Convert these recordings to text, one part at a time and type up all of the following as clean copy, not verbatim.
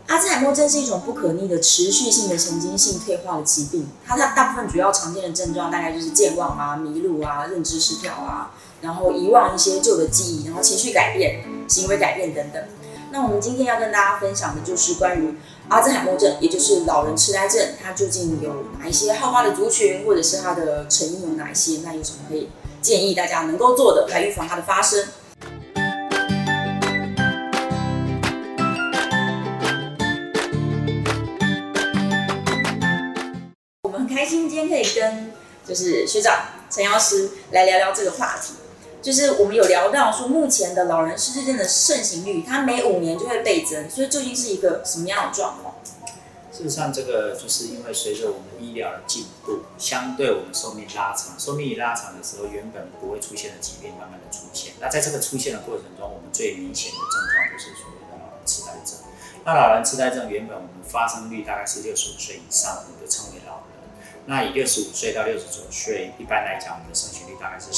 阿兹海默症是一种不可逆的持续性的神经性退化的疾病，它大部分主要常见的症状大概就是健忘啊、迷路啊、认知失调啊，然后遗忘一些旧的记忆，然后情绪改变、行为改变等等。那我们今天要跟大家分享的就是关于阿兹海默症，也就是老人痴呆症，它究竟有哪一些好发的族群，或者是它的成因有哪一些？那有什么可以建议大家能够做的来预防它的发生？我们很开心今天可以跟就是学长陈药师来聊聊这个话题。就是我们有聊到说，目前的老人失智症的盛行率，它每5年就会倍增，所以究竟是一个什么样的状况？ 事实上，这个就是因为随着我们的医疗的进步，相对我们寿命拉长，寿命一拉长的时候，原本不会出现的疾病慢慢的出现。那在这个出现的过程中，我们最明显的症状就是所谓的老人痴呆症。那老人痴呆症原本我们发生率大概是65岁以上，我们就称为老人。那以65岁到69岁，一般来讲，我们的盛行率大概是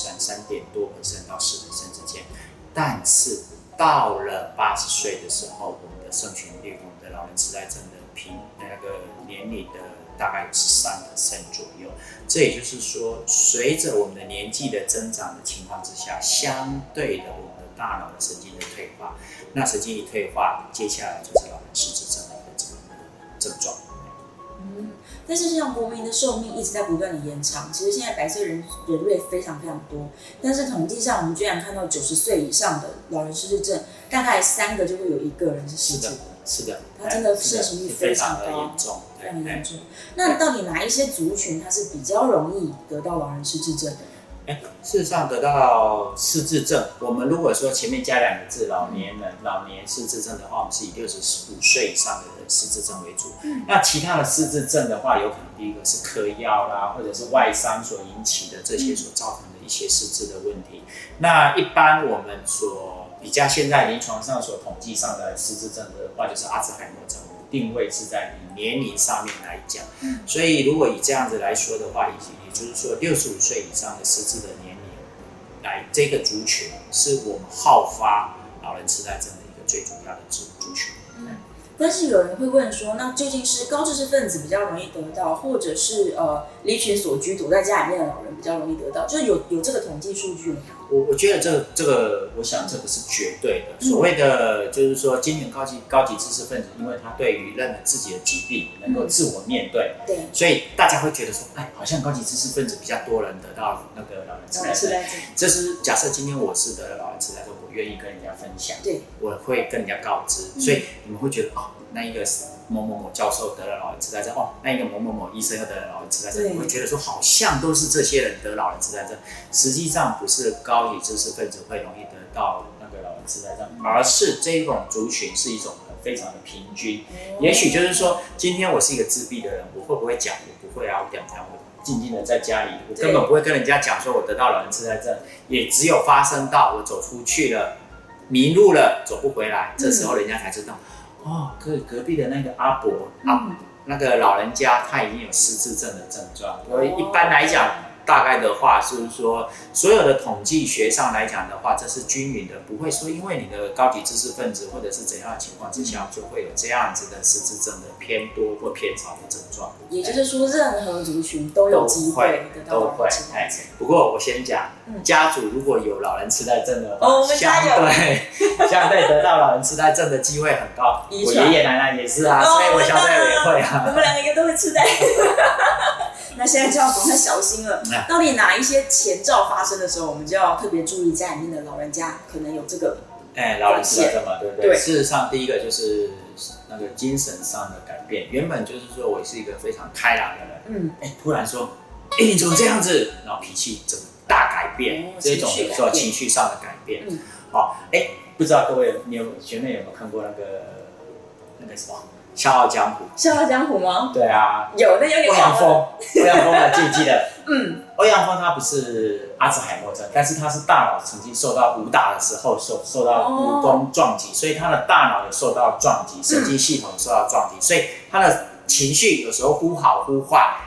3.多%到4%之间。但是到了80岁的时候，我们的盛行率，我们的老人痴呆症的年龄的大概有13%左右。这也就是说，随着我们的年纪的增长的情况之下，相对的我们的大脑的神经的退化，那神经一退化，接下来就是老人失智症的一个症状。 但是像国民的寿命一直在不断的延长，其实现在100岁人类非常非常多，但是统计上我们居然看到90岁以上的老人失智症，大概3个就会有1个人是失智的。 是的， 它真的盛行率非常高， 非常的严重， 非常严重。那到底哪一些族群它是比较容易得到老人失智症的？ 事实上，得到失智症，我们如果说前面加2个字老年失智症的话，我们是以65岁以上的失智症为主。那其他的失智症的话，有可能第一个是嗑药啦，或者是外伤所引起的这些所造成的一些失智的问题。那一般我们所比较现在临床上所统计上的失智症的话，就是阿兹海默症，定位是在以年龄上面来讲。所以如果以这样子来说的话，也就是说65岁以上的失智的年龄来这个族群，是我们好发老人痴呆症的一个最主要的族群。 但是有人会问说，那究竟是高知识分子比较容易得到，或者是离群所居躲在家里面的老人比较容易得到？就是有这个统计数据吗？ 我觉得这个，我想这个是绝对的。所谓的就是说，今年高级知识分子，因为他对于认了自己的疾病能够自我面对， 对， 所以大家会觉得说，好像高级知识分子比较多人得到那个老人痴呆症。这是假设今天我是得了老人痴呆症，我愿意跟人家分享， 对，我会跟人家告知，所以你们会觉得那一个某某某教授得了老人痴呆症，那一个某某某医生又得了老人痴呆症，你会觉得说好像都是这些人得老人痴呆症，实际上不是高级知识分子会容易得到那个老人痴呆症，而是这种族群是一种非常的平均。也许就是说，今天我是一个自闭的人，我会不会讲？我不会啊，我静静的在家里，我根本不会跟人家讲说我得到老人痴呆症，也只有发生到我走出去了，迷路了，走不回来，这时候人家才知道。隔壁的那个阿伯那个老人家他已经有失智症的症状。一般来讲，大概的话是说，所有的统计学上来讲的话，这是均匀的，不会说因为你的高级知识分子或者是怎样的情况之下，就会有这样子的失智症的偏多或偏少的症状。 也就是说，任何族群都有机会得到老人痴呆症。 不过我先讲，家族如果有老人痴呆症的话， 我们家有相对得到老人痴呆症的机会很高。我爷爷奶奶也是啊，所以我相对也会啊。 我们2个都会痴呆。那现在就要赶快小心了。到底哪一些前兆发生的时候，我们就要特别注意家里面的老人家可能有这个老人痴呆症嘛，对不对？事实上，第一个就是那个精神上的改变。原本就是说我是一个非常开朗的人，突然说，你怎么这样子？然后脾气整个大改变，这种说情绪上的改变。不知道各位学妹有没有看过那个什么？笑傲江湖， 笑傲江湖吗？ 对啊， 有，那有点欧阳锋的记不记得？欧阳锋他不是阿兹海默症，但是他是大脑曾经受到武打的时候受到武功撞击，所以他的大脑有受到撞击，神经系统受到撞击，所以他的情绪有时候忽好忽坏，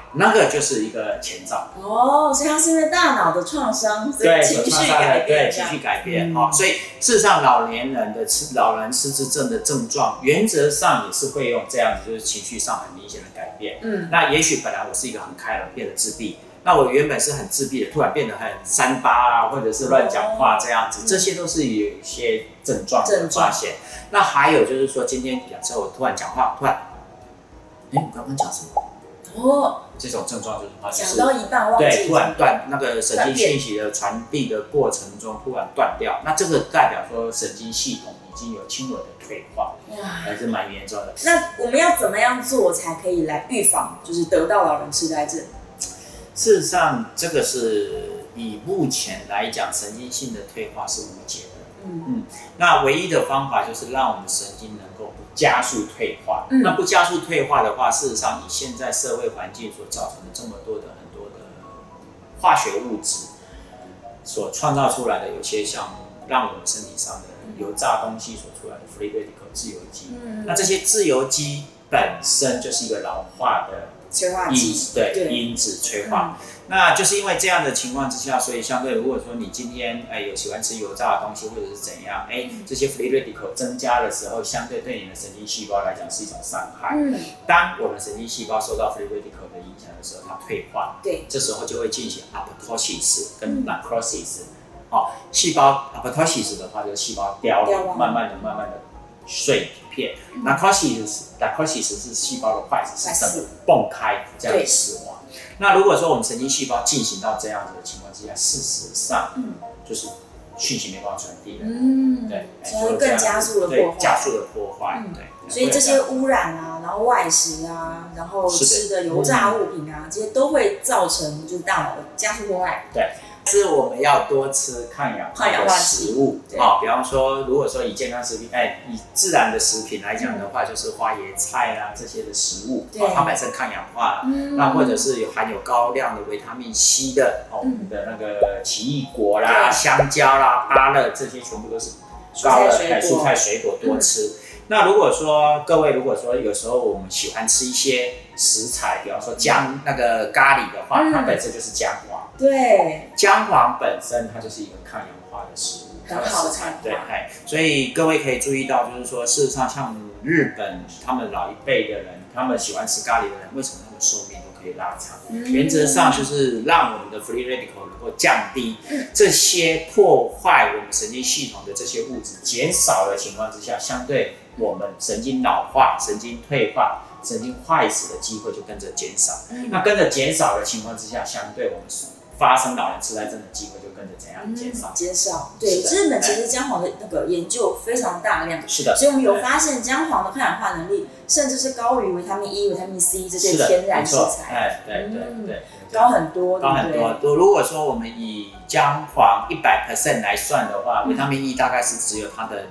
那个就是一个前兆。 所以它是因为大脑的创伤，所以情绪改变， 对情绪改变。所以事实上，老年失智症的症状，原则上也是会用这样子，就是情绪上很明显的改变。那也许本来我是一个很开朗，变得自闭。那我原本是很自闭的，突然变得很三八啊，或者是乱讲话这样子，这些都是有一些症状的发现。那还有就是说，今天假设我突然讲话，我刚刚讲什么？这种症状就是讲到一半忘记， 对，突然断那个神经讯息的传递的过程中突然断掉，那这个代表说神经系统已经有轻微的退化，还是蛮严重的。 那我们要怎么样做才可以来预防，就是得到老人痴呆症？ 事实上，这个是以目前来讲，神经性的退化是无解的。那唯一的方法就是让我们神经能够不加速退化。那不加速退化的话，事实上以现在社会环境所造成的这么多的很多的化学物质所创造出来的，有些像让我们身体上的油炸东西所出来的 free radical 自由基，那这些自由基本身就是一个老化的催化剂， 因子催化。那就是因为这样的情况之下，所以相对如果说你今天有喜欢吃油炸的东西，或者是怎样，这些 free radical 增加的时候，相对对你的神经细胞来讲是一种伤害。当我们神经细胞受到 free radical 的影响的时候，它退化， 对， 这时候就会进行 apoptosis 跟 necrosis。细胞 apoptosis 的话，就是细胞凋零，慢慢的碎片。necrosis 是细胞的坏死，是整个崩开这样的死亡。那如果说我们神经细胞进行到这样子的情况之下，事实上，就是讯息没办法传递了，对， 所以更加速的破坏，对。 所以这些污染啊，然后外食啊，然后吃的油炸物品啊，这些都会造成就是大脑的加速破坏。 对。是我们要多吃抗氧化的食物比方说，如果说以健康食品，以自然的食品来讲的话，就是花椰菜啊这些的食物，它本身抗氧化，那或者是含有高量的维他命 C 的，我们的那个奇异果啦、香蕉啦、芭乐，这些全部都是高的蔬菜水果多吃。那如果说各位，有时候我们喜欢吃一些食材，比方说那个咖喱的话，它本身就是姜黄。 对， 姜黄本身它就是一个抗氧化的食物， 很好的抗氧化。 对，所以各位可以注意到，就是说，事实上像日本他们老一辈的人，他们喜欢吃咖喱的人，为什么他们寿命都可以拉长？原则上就是让我们的 free radical 能够降低，这些破坏我们神经系统的这些物质减少的情况之下，相对我们神经老化、神经退化、神经坏死的机会就跟着减少。那跟着减少的情况之下，相对我们发生老人痴呆症的机会就跟着怎样减少？ 对，日本其实姜黄的那个研究非常大量， 是的， 所以我们有发现姜黄的抗氧化能力甚至是高于维他命 E、维他命 C 这些天然食材， 对， 高很多， 高很多。如果说我们以姜黄100% 来算的话，维他命 E 大概是只有它的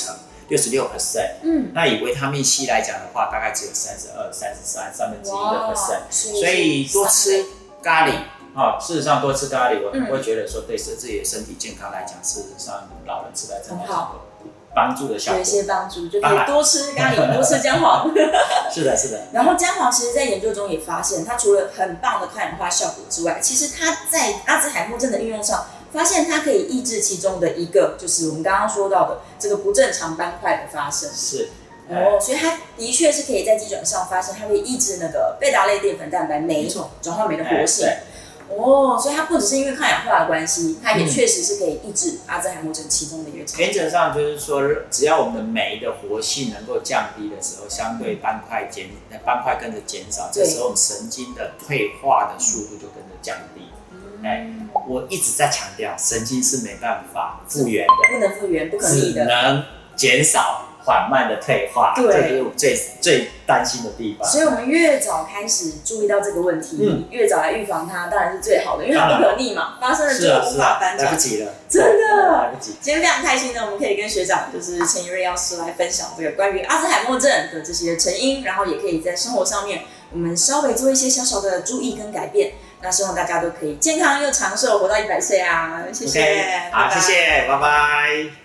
66%，那以维他命 C 来讲的话，大概只有32、33%，所以多吃咖喱。事实上多吃咖喱，我会觉得说对自己的身体健康来讲，事实上老人痴呆症有帮助的效果， 有一些帮助，就可以多吃咖喱，多吃姜黄。 是的。 然后姜黄其实在研究中也发现，它除了很棒的抗氧化效果之外，其实它在阿兹海默症的运用上，发现它可以抑制其中的一个，就是我们刚刚说到的这个不正常斑块的发生。 是。 所以它的确是可以在基准上发现，它会抑制那个贝达类淀粉蛋白酶转换酶的活性。所以它不只是因为抗氧化的关系，它也确实是可以抑制阿兹海默症其中的一个成分。 原则上就是说，只要我们的酶的活性能够降低的时候，相对斑块跟着减少，这时候我们神经的退化的速度就跟着降低。我一直在强调，神经是没办法复原的， 不能复原，不可逆的， 只能减少。缓慢的退化，这就是我们最担心的地方。 所以，我们越早开始注意到这个问题，越早来预防它，当然是最好的，因为它不可逆嘛，发生了就无法翻转， 来不及了， 真的来不及。 今天非常开心呢，我们可以跟学长就是陈怡瑞药师来分享这个关于阿兹海默症的这些成因，然后也可以在生活上面我们稍微做一些小小的注意跟改变。那希望大家都可以健康又长寿，活到100岁啊！谢谢， 好，谢谢，拜拜。